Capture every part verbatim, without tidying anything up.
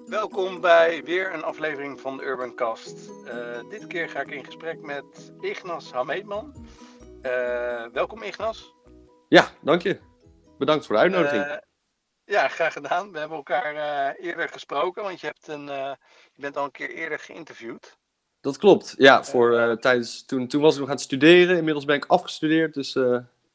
Welkom bij weer een aflevering van de Urbancast. Uh, dit keer ga ik in gesprek met Ignas Hameetman. Uh, welkom Ignas. Ja, dank je. Bedankt voor de uitnodiging. Uh, ja, graag gedaan. We hebben elkaar uh, eerder gesproken, want je, hebt een, uh, je bent al een keer eerder geïnterviewd. Dat klopt. Ja, voor, uh, tijdens, toen, toen was ik nog aan het studeren. Inmiddels ben ik afgestudeerd, dus uh,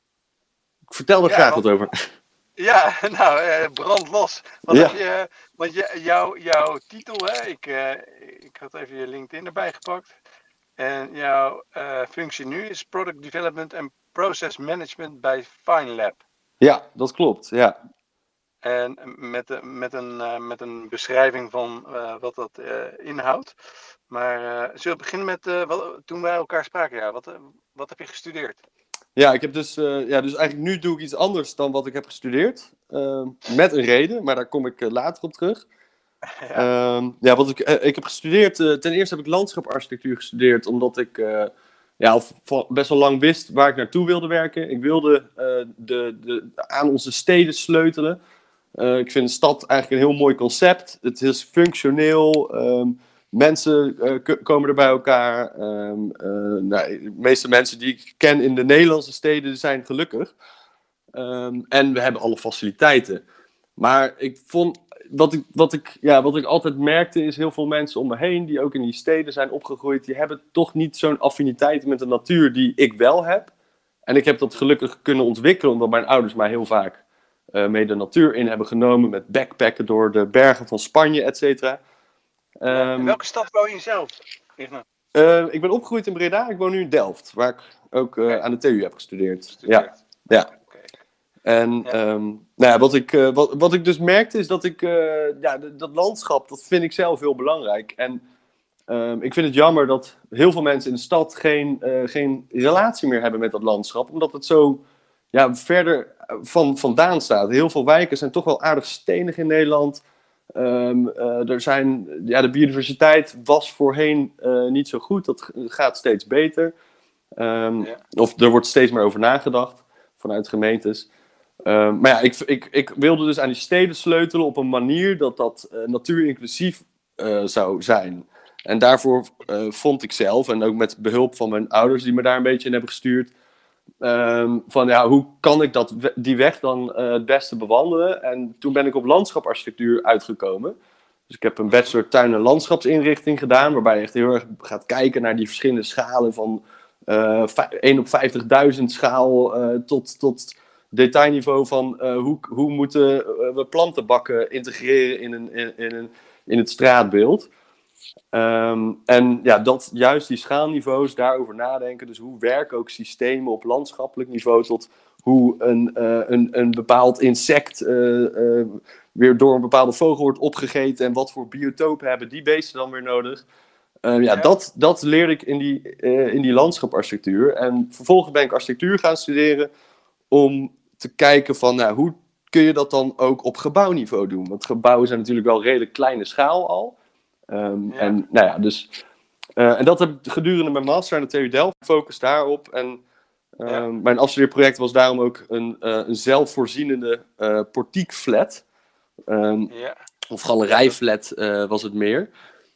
ik vertel er ja, graag want, wat over. Ja, nou, uh, brand los. Wat ja. heb je, want je, jou, jouw titel, hè, ik, uh, ik had even je LinkedIn erbij gepakt. En jouw uh, functie nu is Product Development and Process Management bij FineLab. Ja, dat klopt, ja. En met, met, een, uh, met een beschrijving van uh, wat dat uh, inhoudt. Maar uh, zullen we beginnen met uh, wat, toen wij elkaar spraken? Ja, wat, uh, wat heb je gestudeerd? Ja, ik heb dus, uh, ja, dus eigenlijk nu doe ik iets anders dan wat ik heb gestudeerd. Uh, met een reden, maar daar kom ik uh, later op terug. Ja, uh, ja wat ik, uh, ik heb gestudeerd, uh, ten eerste heb ik landschaparchitectuur gestudeerd, omdat ik uh, ja, al best wel lang wist waar ik naartoe wilde werken. Ik wilde uh, de, de, aan onze steden sleutelen. Uh, ik vind de stad eigenlijk een heel mooi concept. Het is functioneel. Um, mensen uh, k- komen er bij elkaar. Um, uh, nou, de meeste mensen die ik ken in de Nederlandse steden zijn gelukkig. Um, en we hebben alle faciliteiten. Maar ik vond, wat ik, wat, ik, ja, wat ik altijd merkte is heel veel mensen om me heen die ook in die steden zijn opgegroeid. Die hebben toch niet zo'n affiniteit met de natuur die ik wel heb. En ik heb dat gelukkig kunnen ontwikkelen omdat mijn ouders mij heel vaak Uh, mee de natuur in hebben genomen met backpacken door de bergen van Spanje, et cetera. Um, in welke stad woon je zelf? Uh, ik ben opgegroeid in Breda, ik woon nu in Delft, waar ik ook uh, okay. aan de T U heb gestudeerd. gestudeerd. Ja, ja. Okay. En ja. Um, nou ja, wat, ik, uh, wat, wat ik dus merkte is dat ik, uh, ja, d- dat landschap, dat vind ik zelf heel belangrijk. En um, ik vind het jammer dat heel veel mensen in de stad geen, uh, geen relatie meer hebben met dat landschap, omdat het zo ja, verder van, vandaan staat. Heel veel wijken zijn toch wel aardig stenig in Nederland. Um, uh, er zijn, ja, de biodiversiteit was voorheen uh, niet zo goed. Dat gaat steeds beter. Um, ja. Of er wordt steeds meer over nagedacht vanuit gemeentes. Um, maar ja, ik, ik, ik wilde dus aan die steden sleutelen op een manier dat dat uh, natuurinclusief uh, zou zijn. En daarvoor uh, vond ik zelf, en ook met behulp van mijn ouders die me daar een beetje in hebben gestuurd, Um, van ja, hoe kan ik dat, die weg dan uh, het beste bewandelen? En toen ben ik op landschaparchitectuur uitgekomen. Dus ik heb een bachelor tuin- en landschapsinrichting gedaan, waarbij je echt heel erg gaat kijken naar die verschillende schalen van uh, één op vijftigduizend schaal uh, tot, tot detailniveau van uh, hoe, hoe moeten we plantenbakken integreren in, een, in, in, een, in het straatbeeld. Um, en ja, dat juist die schaalniveaus, daarover nadenken. Dus hoe werken ook systemen op landschappelijk niveau tot hoe een, uh, een, een bepaald insect uh, uh, weer door een bepaalde vogel wordt opgegeten en wat voor biotopen hebben die beesten dan weer nodig. Uh, ja, ja. Dat, dat leerde ik in die, uh, in die landschaparchitectuur. En vervolgens ben ik architectuur gaan studeren om te kijken van nou, hoe kun je dat dan ook op gebouwniveau doen. Want gebouwen zijn natuurlijk wel redelijk kleine schaal al. Um, ja. En, nou ja, dus, uh, en dat heb ik gedurende mijn master aan de T U Delft gefocust daarop. En um, ja. mijn afstudeerproject was daarom ook een, uh, een zelfvoorzienende uh, portiekflat. Um, ja. Of galerijflat uh, was het meer.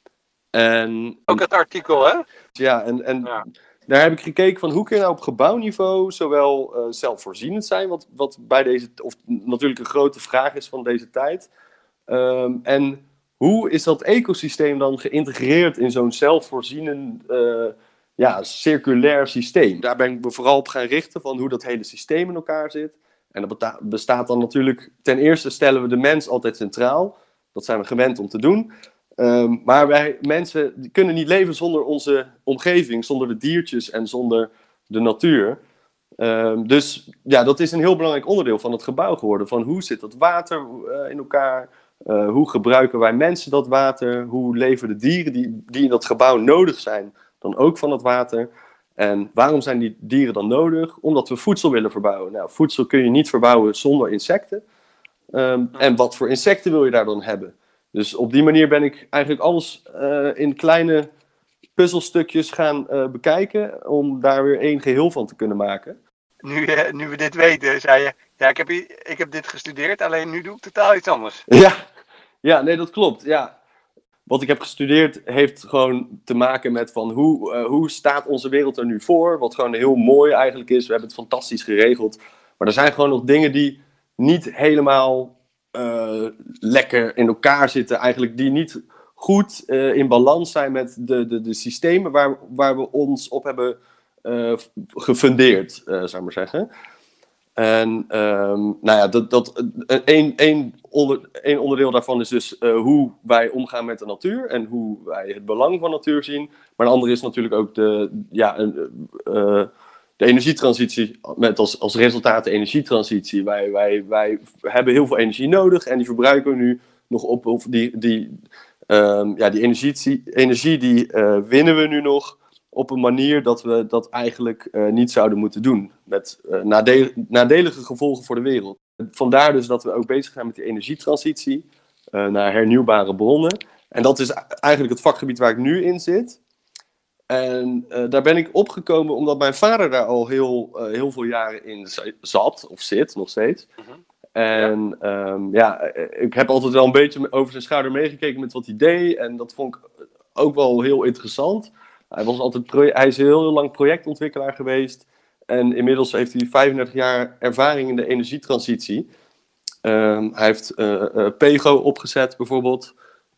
En, ook het artikel, hè? Ja, en, en ja. daar heb ik gekeken van hoe kun je nou op gebouwniveau zowel uh, zelfvoorzienend zijn, wat, wat bij deze, of natuurlijk een grote vraag is van deze tijd. Um, en hoe is dat ecosysteem dan geïntegreerd in zo'n zelfvoorzienend, uh, ja, circulair systeem? Daar ben ik me vooral op gaan richten van hoe dat hele systeem in elkaar zit. En dat beta- bestaat dan natuurlijk, ten eerste stellen we de mens altijd centraal. Dat zijn we gewend om te doen. Um, maar wij mensen die kunnen niet leven zonder onze omgeving, zonder de diertjes en zonder de natuur. Um, dus ja, dat is een heel belangrijk onderdeel van het gebouw geworden. Van hoe zit dat water uh, in elkaar? Uh, hoe gebruiken wij mensen dat water? Hoe leven de dieren die, die in dat gebouw nodig zijn dan ook van het water? En waarom zijn die dieren dan nodig? Omdat we voedsel willen verbouwen. Nou, voedsel kun je niet verbouwen zonder insecten. Um, en wat voor insecten wil je daar dan hebben? Dus op die manier ben ik eigenlijk alles uh, in kleine puzzelstukjes gaan uh, bekijken om daar weer één geheel van te kunnen maken. Nu, uh, nu we dit weten, zei je, ja, ik heb, hier, ik heb dit gestudeerd, alleen nu doe ik totaal iets anders. Ja, ja, nee, dat klopt. Ja. wat ik heb gestudeerd heeft gewoon te maken met van hoe, uh, hoe staat onze wereld er nu voor? Wat gewoon heel mooi eigenlijk is. We hebben het fantastisch geregeld. Maar er zijn gewoon nog dingen die niet helemaal uh, lekker in elkaar zitten. Eigenlijk die niet goed uh, in balans zijn met de, de, de systemen waar, waar we ons op hebben uh, gefundeerd, uh, zou ik maar zeggen. En um, nou ja, dat, dat, een, een, onder, een onderdeel daarvan is dus uh, hoe wij omgaan met de natuur en hoe wij het belang van natuur zien. Maar een andere is natuurlijk ook de, ja, uh, uh, de energietransitie, met als, als resultaat de energietransitie. Wij, wij, wij hebben heel veel energie nodig en die verbruiken we nu nog op, of die, die, um, ja, die energie, energie die uh, winnen we nu nog op een manier dat we dat eigenlijk uh, niet zouden moeten doen. Met uh, nadel- nadelige gevolgen voor de wereld. Vandaar dus dat we ook bezig zijn met die energietransitie uh, naar hernieuwbare bronnen. En dat is eigenlijk het vakgebied waar ik nu in zit. En uh, daar ben ik opgekomen omdat mijn vader daar al heel, uh, heel veel jaren in zat, of zit, nog steeds. Mm-hmm. En ja. Um, ja, ik heb altijd wel een beetje over zijn schouder meegekeken met wat hij deed. En dat vond ik ook wel heel interessant. Hij, was altijd proje- hij is heel, heel lang projectontwikkelaar geweest. En inmiddels heeft hij vijfendertig jaar ervaring in de energietransitie. Um, hij heeft uh, uh, PEGO opgezet bijvoorbeeld.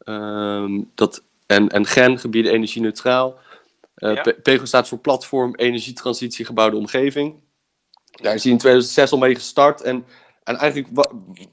Um, dat, en, en Gen, gebieden energie-neutraal. Uh, ja. PEGO staat voor Platform Energietransitie Gebouwde Omgeving. Daar is hij in tweeduizend zes al mee gestart. En, en eigenlijk,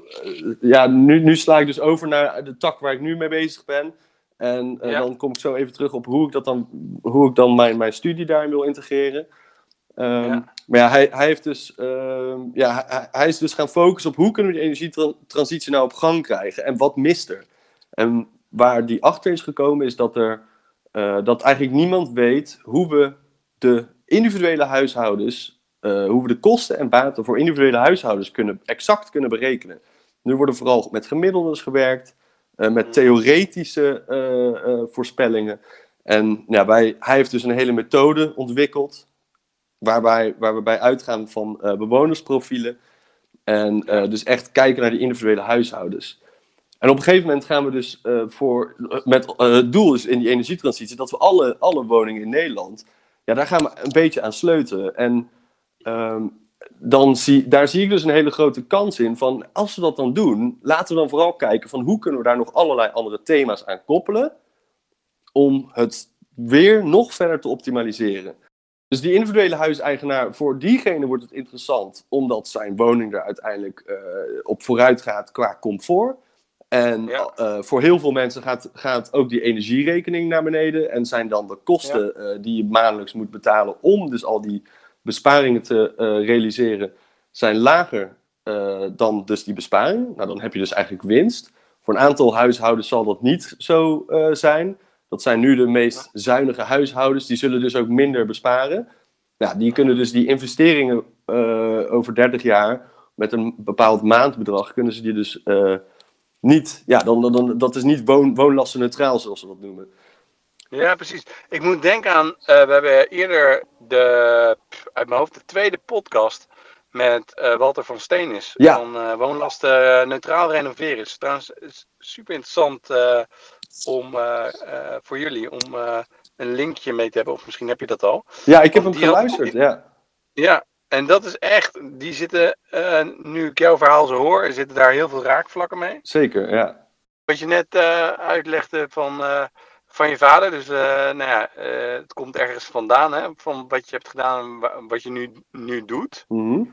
ja, nu, nu sla ik dus over naar de tak waar ik nu mee bezig ben. En uh, ja. dan kom ik zo even terug op hoe ik, dat dan, hoe ik dan mijn, mijn studie daarin wil integreren. Um, ja. Maar ja, hij, hij, heeft dus, uh, ja hij, hij is dus gaan focussen op hoe kunnen we die energietransitie nou op gang krijgen. En wat mist er? En waar die achter is gekomen is dat er uh, dat eigenlijk niemand weet hoe we de individuele huishoudens, uh, hoe we de kosten en baten voor individuele huishoudens kunnen, exact kunnen berekenen. Nu wordt er vooral met gemiddeldes gewerkt. Uh, met theoretische uh, uh, voorspellingen. En ja, wij, hij heeft dus een hele methode ontwikkeld. Waarbij, waar we bij uitgaan van uh, bewonersprofielen. En uh, dus echt kijken naar die individuele huishoudens. En op een gegeven moment gaan we dus uh, voor. Uh, met uh, het doel is in die energietransitie dat we alle, alle woningen in Nederland. Ja, daar gaan we een beetje aan sleutelen. En. Um, Dan zie, daar zie ik dus een hele grote kans in van, als we dat dan doen, laten we dan vooral kijken van hoe kunnen we daar nog allerlei andere thema's aan koppelen, om het weer nog verder te optimaliseren. Dus die individuele huiseigenaar, voor diegene wordt het interessant, omdat zijn woning er uiteindelijk uh, op vooruit gaat qua comfort. En ja. uh, voor heel veel mensen gaat, gaat ook die energierekening naar beneden en zijn dan de kosten ja. uh, die je maandelijks moet betalen om dus al die besparingen te uh, realiseren zijn lager uh, dan dus die besparing. Nou, dan heb je dus eigenlijk winst. Voor een aantal huishoudens zal dat niet zo uh, zijn. Dat zijn nu de meest zuinige huishoudens. Die zullen dus ook minder besparen. Ja, die kunnen dus die investeringen uh, over dertig jaar met een bepaald maandbedrag kunnen ze die dus uh, niet. Ja, dan, dan, dan, dat is niet woon, woonlastenneutraal zoals we dat noemen. Ja, precies. Ik moet denken aan, uh, we hebben eerder de, uit mijn hoofd, de tweede podcast met uh, Walter van Steenis. Ja. Van uh, woonlasten uh, neutraal renoveren. Het is trouwens is super interessant uh, om, uh, uh, voor jullie om uh, een linkje mee te hebben. Of misschien heb je dat al. Ja, ik heb hem geluisterd, had, ja. Ja, en dat is echt, die zitten, uh, nu ik jouw verhaal zo hoor, zitten daar heel veel raakvlakken mee. Zeker, ja. Wat je net uh, uitlegde van... Uh, Van je vader, dus uh, nou ja, uh, het komt ergens vandaan, hè, van wat je hebt gedaan en wat je nu, nu doet. Mm-hmm.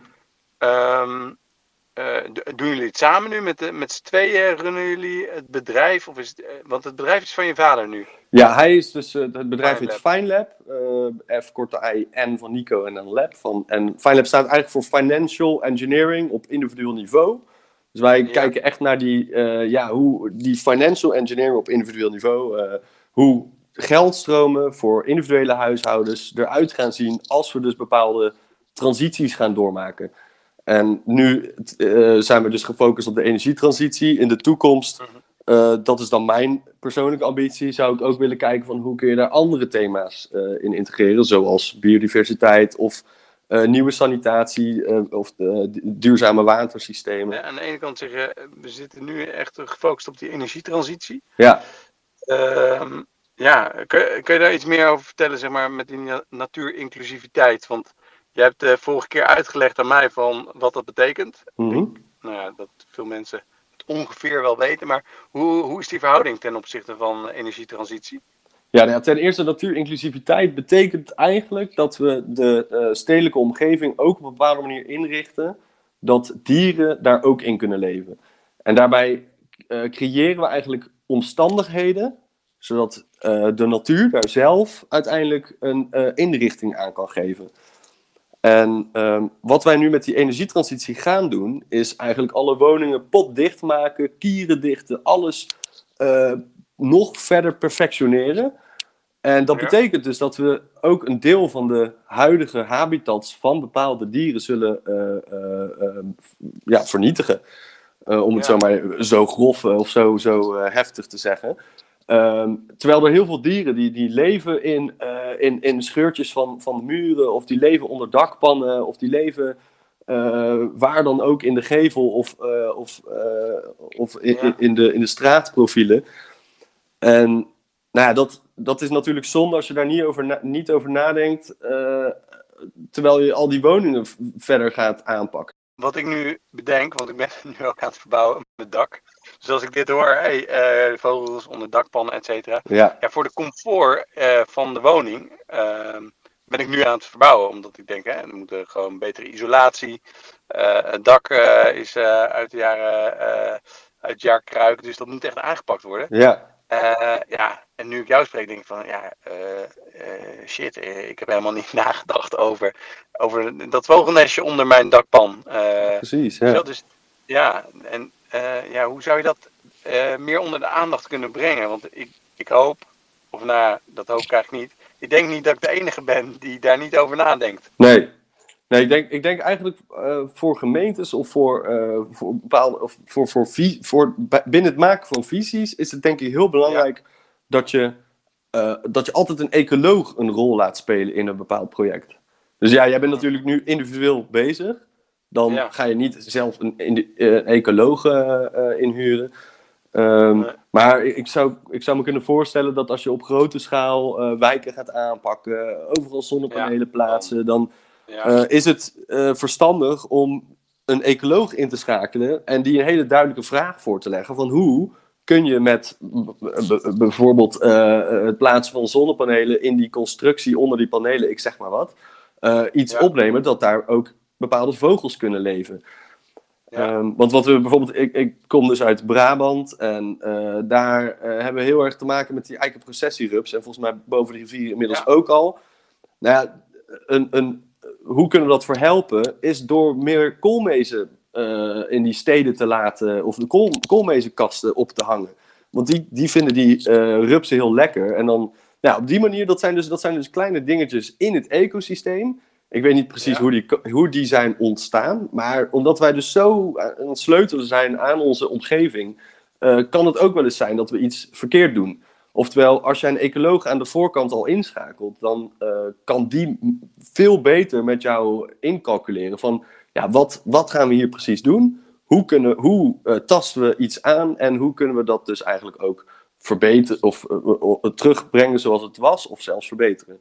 Um, uh, doen jullie het samen nu? Met, de, met z'n tweeën runnen jullie het bedrijf? Of is het, uh, want het bedrijf is van je vader nu. Ja, hij is dus, uh, het bedrijf heet FineLab. Uh, F korte I N van Nico en dan Lab. Van, en FineLab staat eigenlijk voor Financial Engineering op individueel niveau. Dus wij ja. kijken echt naar die, uh, ja, hoe die financial engineering op individueel niveau... Uh, hoe geldstromen voor individuele huishoudens eruit gaan zien als we dus bepaalde transities gaan doormaken. En nu uh, zijn we dus gefocust op de energietransitie. In de toekomst, uh, dat is dan mijn persoonlijke ambitie, zou ik ook willen kijken van hoe kun je daar andere thema's uh, in integreren, zoals biodiversiteit of uh, nieuwe sanitatie uh, of uh, duurzame watersystemen. Ja, aan de ene kant zeggen we zitten nu echt gefocust op die energietransitie. Ja. Uh, ja, kun, kun je daar iets meer over vertellen, zeg maar, met die natuurinclusiviteit? Want je hebt de vorige keer uitgelegd aan mij van wat dat betekent. Mm-hmm. Ik denk, nou ja, dat veel mensen het ongeveer wel weten, maar hoe, hoe is die verhouding ten opzichte van energietransitie? Ja, nou ja, ten eerste natuurinclusiviteit betekent eigenlijk dat we de uh, stedelijke omgeving ook op een bepaalde manier inrichten dat dieren daar ook in kunnen leven. En daarbij uh, creëren we eigenlijk omstandigheden zodat uh, de natuur daar zelf uiteindelijk een uh, inrichting aan kan geven. En um, wat wij nu met die energietransitie gaan doen, is eigenlijk alle woningen potdicht maken, kieren dichten, alles uh, nog verder perfectioneren. En dat ja. betekent dus dat we ook een deel van de huidige habitats van bepaalde dieren zullen uh, uh, uh, ja, vernietigen. Uh, om het ja. zo maar zo grof uh, of zo, zo uh, heftig te zeggen. Um, terwijl er heel veel dieren die, die leven in, uh, in, in scheurtjes van, van de muren, of die leven onder dakpannen, of die leven uh, waar dan ook in de gevel of, uh, of, uh, of in, ja. in, de, in de straatprofielen. En nou ja, dat, dat is natuurlijk zonde als je daar niet over, na, niet over nadenkt, uh, terwijl je al die woningen v- verder gaat aanpakken. Wat ik nu bedenk, want ik ben nu ook aan het verbouwen met het dak. Dus als ik dit hoor, hey, uh, vogels onder dakpannen, et cetera. Ja. Ja, voor de comfort uh, van de woning uh, ben ik nu aan het verbouwen. Omdat ik denk, hè, er moet er gewoon betere isolatie. Uh, het dak uh, is uh, uit, de jaren, uh, uit het jaar kruik, dus dat moet echt aangepakt worden. Ja. Uh, ja, en nu ik jou spreek, denk ik van, ja, uh, uh, shit, uh, ik heb helemaal niet nagedacht over, over dat vogelnestje onder mijn dakpan. Uh, Precies, ja. Dus, ja, en uh, ja, hoe zou je dat uh, meer onder de aandacht kunnen brengen? Want ik, ik hoop, of nou, dat hoop ik eigenlijk niet. Ik denk niet dat ik de enige ben die daar niet over nadenkt. Nee. Nee, ik denk, ik denk eigenlijk uh, voor gemeentes of voor, uh, voor bepaalde, of voor, voor, vi- voor binnen het maken van visies is het denk ik heel belangrijk ja. dat, je, uh, dat je altijd een ecoloog een rol laat spelen in een bepaald project. Dus ja, jij bent natuurlijk nu individueel bezig. Dan ja. ga je niet zelf een, een, een ecoloog uh, uh, inhuren. Um, nee. Maar ik zou, ik zou me kunnen voorstellen dat als je op grote schaal uh, wijken gaat aanpakken, overal zonnepanelen ja. plaatsen, dan ja. uh, is het uh, verstandig om een ecoloog in te schakelen en die een hele duidelijke vraag voor te leggen van hoe kun je met b- b- bijvoorbeeld uh, het plaatsen van zonnepanelen in die constructie onder die panelen, ik zeg maar wat, uh, iets ja. opnemen dat daar ook bepaalde vogels kunnen leven. Ja. Um, want wat we bijvoorbeeld, ik, ik kom dus uit Brabant en uh, daar uh, hebben we heel erg te maken met die eikenprocessierups en volgens mij boven de rivier inmiddels ja. ook al. Nou ja, een, een, hoe kunnen we dat verhelpen is door meer koolmezen uh, in die steden te laten, of de kool, koolmezenkasten op te hangen. Want die, die vinden die uh, rupsen heel lekker en dan, nou, op die manier, dat zijn, dus, dat zijn dus kleine dingetjes in het ecosysteem. Ik weet niet precies ja. hoe, die, hoe die zijn ontstaan. Maar omdat wij dus zo aan het sleutelen zijn aan onze omgeving, Uh, kan het ook wel eens zijn dat we iets verkeerd doen. Oftewel, als jij een ecoloog aan de voorkant al inschakelt, dan uh, kan die veel beter met jou incalculeren van, ja, wat, wat gaan we hier precies doen? Hoe, kunnen, hoe uh, tasten we iets aan? En hoe kunnen we dat dus eigenlijk ook verbeteren of uh, uh, terugbrengen zoals het was, of zelfs verbeteren?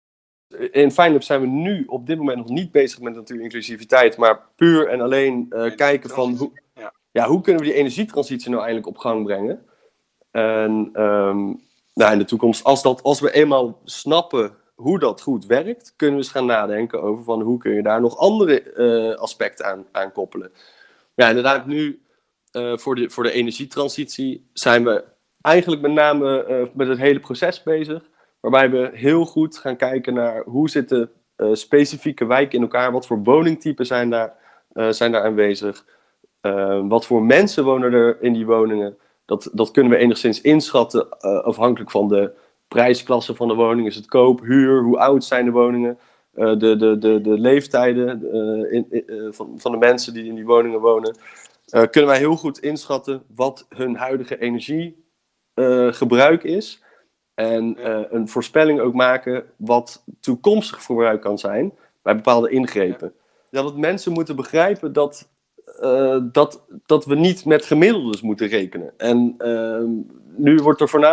In Fijnlab zijn we nu op dit moment nog niet bezig met natuurinclusiviteit, maar puur en alleen uh, kijken van hoe, ja. Ja, hoe kunnen we die energietransitie nou eindelijk op gang brengen. En um, nou, in de toekomst, als, dat, als we eenmaal snappen hoe dat goed werkt, kunnen we eens gaan nadenken over van hoe kun je daar nog andere uh, aspecten aan, aan koppelen. Ja, inderdaad, nu uh, voor, de, voor de energietransitie zijn we eigenlijk met name uh, met het hele proces bezig. Waarbij we heel goed gaan kijken naar hoe zitten uh, specifieke wijken in elkaar. Wat voor woningtypen zijn daar, uh, zijn daar aanwezig. Uh, wat voor mensen wonen er in die woningen. Dat, dat kunnen we enigszins inschatten uh, afhankelijk van de prijsklasse van de woning. Is het koop, huur, hoe oud zijn de woningen. Uh, de, de, de, de leeftijden uh, in, uh, van, van de mensen die in die woningen wonen. Uh, kunnen wij heel goed inschatten wat hun huidige energiegebruik uh, is. En uh, een voorspelling ook maken wat toekomstig verbruik kan zijn bij bepaalde ingrepen. Ja, dat mensen moeten begrijpen dat, uh, dat, dat we niet met gemiddeldes moeten rekenen. En uh, nu wordt er voornamelijk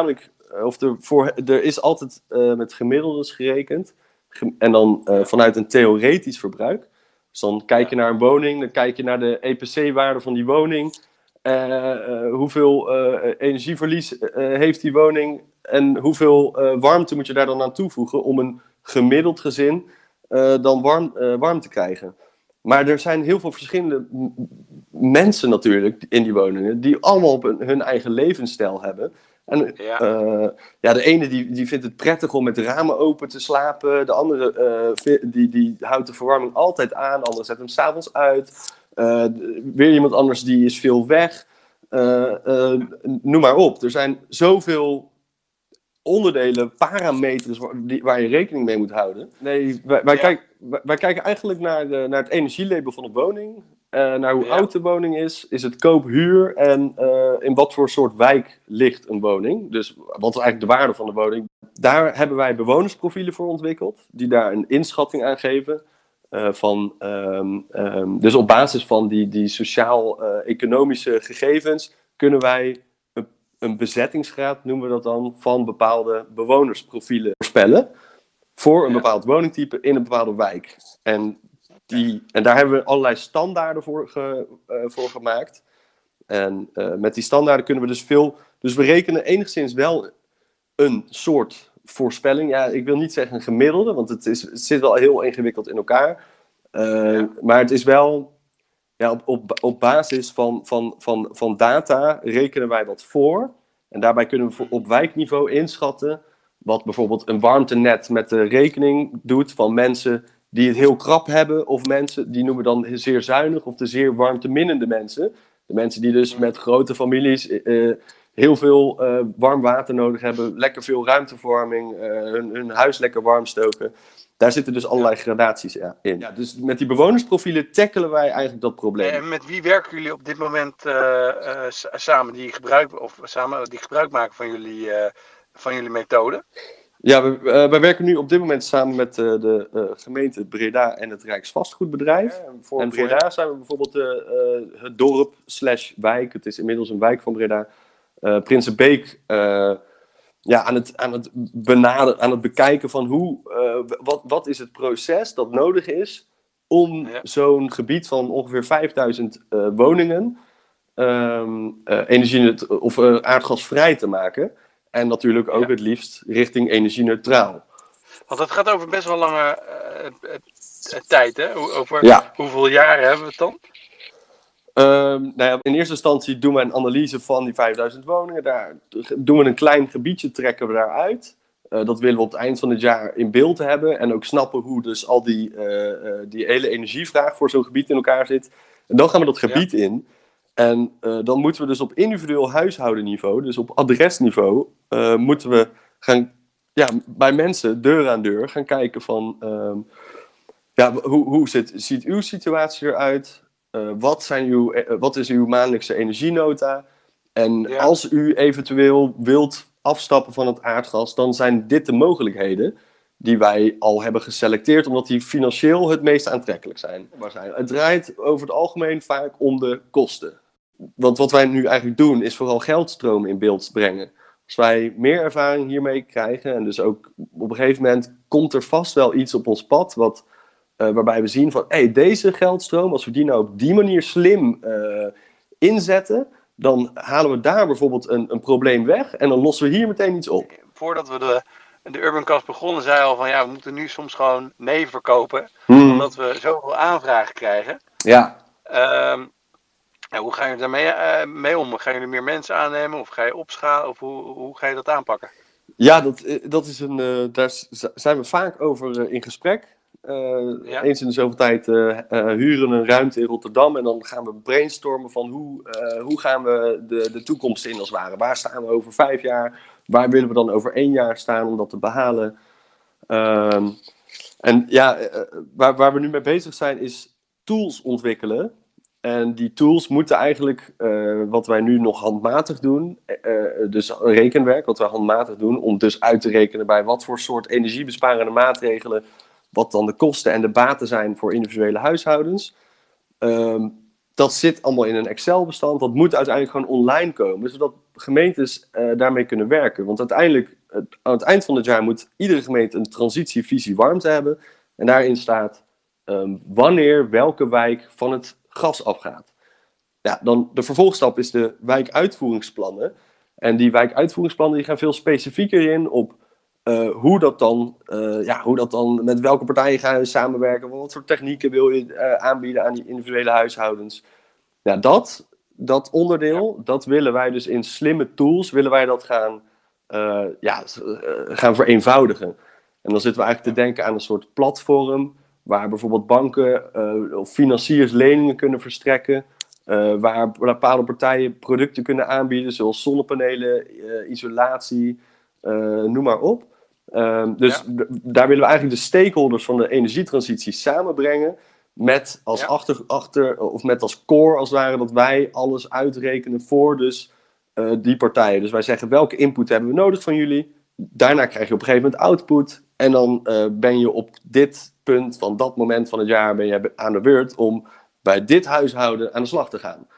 of er, voor, er is altijd uh, met gemiddeldes gerekend. Ge- en dan uh, vanuit een theoretisch verbruik. Dus dan kijk je naar een woning, dan kijk je naar de E P C-waarde van die woning. Uh, uh, hoeveel uh, energieverlies uh, heeft die woning en hoeveel uh, warmte moet je daar dan aan toevoegen om een gemiddeld gezin uh, dan warm, uh, warm te krijgen. Maar er zijn heel veel verschillende m- mensen natuurlijk in die woningen die allemaal op hun, hun eigen levensstijl hebben. En Ja. uh, ja, de ene die, die vindt het prettig om met de ramen open te slapen. De andere uh, vi- die, die houdt de verwarming altijd aan. De andere zet hem 's avonds uit. Uh, weer iemand anders die is veel weg. Uh, uh, noem maar op. Er zijn zoveel onderdelen, parameters waar, die, waar je rekening mee moet houden. Nee, wij, wij, Ja. kijk, wij, wij kijken eigenlijk naar, de, naar het energielabel van de woning. Uh, naar hoe Ja. oud de woning is. Is het koop-huur? En uh, in wat voor soort wijk ligt een woning? Dus wat is eigenlijk de waarde van de woning? Daar hebben wij bewonersprofielen voor ontwikkeld. Die daar een inschatting aan geven. Uh, van, um, um, dus op basis van die, die sociaal-economische gegevens kunnen wij een, een bezettingsgraad, noemen we dat dan, van bepaalde bewonersprofielen voorspellen. Voor een Ja. bepaald woningtype in een bepaalde wijk. En, die, en daar hebben we allerlei standaarden voor, ge, uh, voor gemaakt. En uh, met die standaarden kunnen we dus veel... Dus we rekenen enigszins wel een soort voorspelling. Ja, ik wil niet zeggen een gemiddelde, want het, is, het zit wel heel ingewikkeld in elkaar. Uh, ja. Maar het is wel... Ja, op, op, op basis van, van, van, van data rekenen wij wat voor. En daarbij kunnen we op wijkniveau inschatten wat bijvoorbeeld een warmtenet met de rekening doet van mensen die het heel krap hebben. Of mensen, die noemen we dan zeer zuinig of de zeer warmteminnende mensen. De mensen die dus met grote families uh, heel veel uh, warm water nodig hebben. Lekker veel ruimteverwarming, uh, hun, hun huis lekker warm stoken. Daar zitten dus allerlei gradaties in. Ja, dus met die bewonersprofielen tackelen wij eigenlijk dat probleem. En met wie werken jullie op dit moment uh, uh, samen die gebruik, of samen die gebruik maken van jullie, uh, van jullie methode? Ja, we, uh, wij werken nu op dit moment samen met uh, de uh, gemeente Breda en het Rijksvastgoedbedrijf. Ja, en voor en Breda voor... zijn we bijvoorbeeld uh, uh, het dorp slash wijk, het is inmiddels een wijk van Breda, uh, Prinsenbeek... Uh, Ja, aan het, aan het benaderen, aan het bekijken van hoe, uh, wat, wat is het proces dat nodig is om ja. zo'n gebied van ongeveer vijfduizend uh, woningen um, uh, energie of uh, aardgasvrij te maken. En natuurlijk ook ja. het liefst richting energie-neutraal. Want het gaat over best wel lange uh, uh, tijd, hè? Over ja. hoeveel jaren hebben we het dan? Um, nou ja, in eerste instantie doen we een analyse van die vijfduizend woningen. Daar doen we een klein gebiedje, trekken we daaruit. Uh, dat willen we op het eind van het jaar in beeld hebben. En ook snappen hoe dus al die, uh, uh, die hele energievraag voor zo'n gebied in elkaar zit. En dan gaan we dat gebied ja. in. En uh, dan moeten we dus op individueel huishoudenniveau, dus op adresniveau, uh, moeten we gaan, ja, bij mensen deur aan deur gaan kijken van, um, ja, hoe, hoe zit, ziet uw situatie eruit? Uh, wat, zijn uw, uh, wat is uw maandelijkse energienota? En ja. als u eventueel wilt afstappen van het aardgas, dan zijn dit de mogelijkheden die wij al hebben geselecteerd, omdat die financieel het meest aantrekkelijk zijn. Het draait over het algemeen vaak om de kosten. Want wat wij nu eigenlijk doen, is vooral geldstromen in beeld brengen. Als wij meer ervaring hiermee krijgen, en dus ook op een gegeven moment komt er vast wel iets op ons pad, wat... Uh, waarbij we zien van, hey, deze geldstroom, als we die nou op die manier slim uh, inzetten, dan halen we daar bijvoorbeeld een, een probleem weg en dan lossen we hier meteen iets op. Voordat we de, de Urbancast begonnen, zei al van, ja, we moeten nu soms gewoon nee verkopen, hmm. omdat we zoveel aanvragen krijgen. Ja. Um, ja hoe gaan jullie daarmee uh, mee om? Gaan jullie meer mensen aannemen of ga je opschalen of hoe, hoe ga je dat aanpakken? Ja, dat, dat is een, uh, daar zijn we vaak over uh, in gesprek. Uh, ja. Eens in de zoveel tijd uh, uh, huren een ruimte in Rotterdam en dan gaan we brainstormen van hoe, uh, hoe gaan we de, de toekomst in als het ware. Waar staan we over vijf jaar? Waar willen we dan over één jaar staan om dat te behalen? Uh, en ja, uh, waar, waar we nu mee bezig zijn is tools ontwikkelen. En die tools moeten eigenlijk, uh, wat wij nu nog handmatig doen, uh, dus rekenwerk wat wij handmatig doen, om dus uit te rekenen bij wat voor soort energiebesparende maatregelen, wat dan de kosten en de baten zijn voor individuele huishoudens. Um, dat zit allemaal in een Excel-bestand. Dat moet uiteindelijk gewoon online komen, zodat gemeentes uh, daarmee kunnen werken. Want uiteindelijk, uh, aan het eind van het jaar moet iedere gemeente een transitievisie warmte hebben. En daarin staat um, wanneer welke wijk van het gas afgaat. Ja, dan de vervolgstap is de wijkuitvoeringsplannen. En die wijkuitvoeringsplannen die gaan veel specifieker in op uh, hoe dat dan, uh, ja, hoe dat dan, met welke partijen gaan we samenwerken, wat voor technieken wil je uh, aanbieden aan die individuele huishoudens. Ja, dat, dat onderdeel, dat willen wij dus in slimme tools, willen wij dat gaan, uh, ja, uh, gaan vereenvoudigen. En dan zitten we eigenlijk te denken aan een soort platform, waar bijvoorbeeld banken uh, of financiers leningen kunnen verstrekken. Uh, waar bepaalde partijen producten kunnen aanbieden, zoals zonnepanelen, uh, isolatie, uh, noem maar op. Uh, dus ja. d- daar willen we eigenlijk de stakeholders van de energietransitie samenbrengen, met als, ja. achter, achter, of met als core als het ware, dat wij alles uitrekenen voor dus, uh, die partijen. Dus wij zeggen, welke input hebben we nodig van jullie? Daarna krijg je op een gegeven moment output. En dan uh, ben je op dit punt, van dat moment van het jaar, ben je aan de beurt om bij dit huishouden aan de slag te gaan.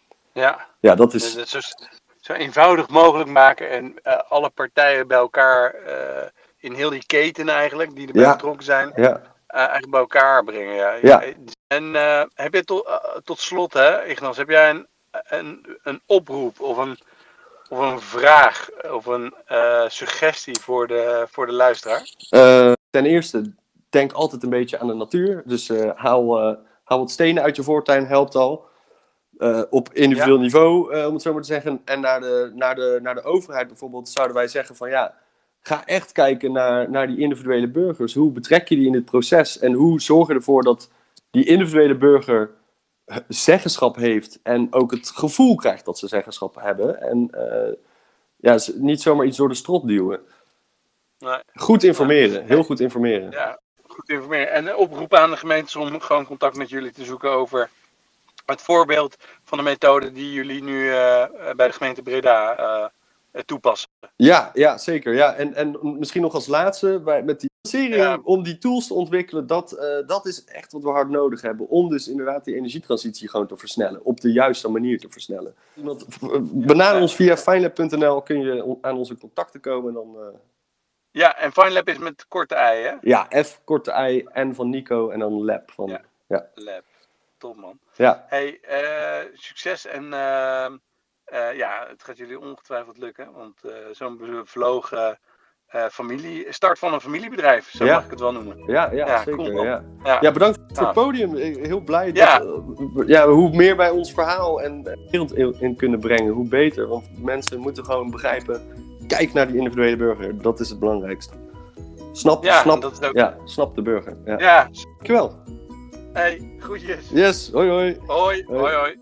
Ja, ja dat is... Dus het zo, zo eenvoudig mogelijk maken en uh, alle partijen bij elkaar, uh, in heel die keten eigenlijk, die erbij ja. betrokken zijn, ja. uh, eigenlijk bij elkaar brengen. Ja. Ja. En uh, heb je tot, uh, tot slot, hè, Ignas, heb jij een, een, een oproep of een, of een vraag of een uh, suggestie voor de, voor de luisteraar? Uh, ten eerste, denk altijd een beetje aan de natuur. Dus uh, haal... Uh, Haal wat stenen uit je voortuin, helpt al. Uh, op individueel ja. niveau, uh, om het zo maar te zeggen. En naar de, naar, de, naar de overheid bijvoorbeeld zouden wij zeggen van ja, ga echt kijken naar, naar die individuele burgers. Hoe betrek je die in het proces? En hoe zorg je ervoor dat die individuele burger zeggenschap heeft en ook het gevoel krijgt dat ze zeggenschap hebben. En uh, ja, niet zomaar iets door de strot duwen. Nee. Goed informeren, heel goed informeren. Ja. Goed informeren. En oproepen aan de gemeentes om gewoon contact met jullie te zoeken over het voorbeeld van de methode die jullie nu uh, bij de gemeente Breda uh, toepassen. Ja, ja zeker. Ja. En, en misschien nog als laatste, bij, met die serie ja. om die tools te ontwikkelen, dat, uh, dat is echt wat we hard nodig hebben. Om dus inderdaad die energietransitie gewoon te versnellen. Op de juiste manier te versnellen. Iemand, benader ja. ons via finelab punt n l, kun je aan onze contacten komen en dan... Uh, Ja, en FineLab is met korte ei, hè? Ja, F, korte ei, N van Nico en dan Lab van... Ja, ja. Lab. Top, man. Ja. Hey, uh, succes en uh, uh, ja, het gaat jullie ongetwijfeld lukken. Want uh, zo'n bevlogen uh, familie... Start van een familiebedrijf, zo ja. mag ik het wel noemen. Ja, ja, ja zeker. Cool, ja. Ja. ja, bedankt voor nou. het podium. Heel blij ja. dat... Uh, ja, hoe meer wij ons verhaal en de wereld in kunnen brengen, hoe beter. Want mensen moeten gewoon begrijpen... Kijk naar die individuele burger, dat is het belangrijkste. Snap, ja, snap, dat is ook... ja, snap de burger. Ja. ja. Dankjewel. Hey, groetjes. Yes, hoi hoi. Hoi, hoi, hoi. hoi.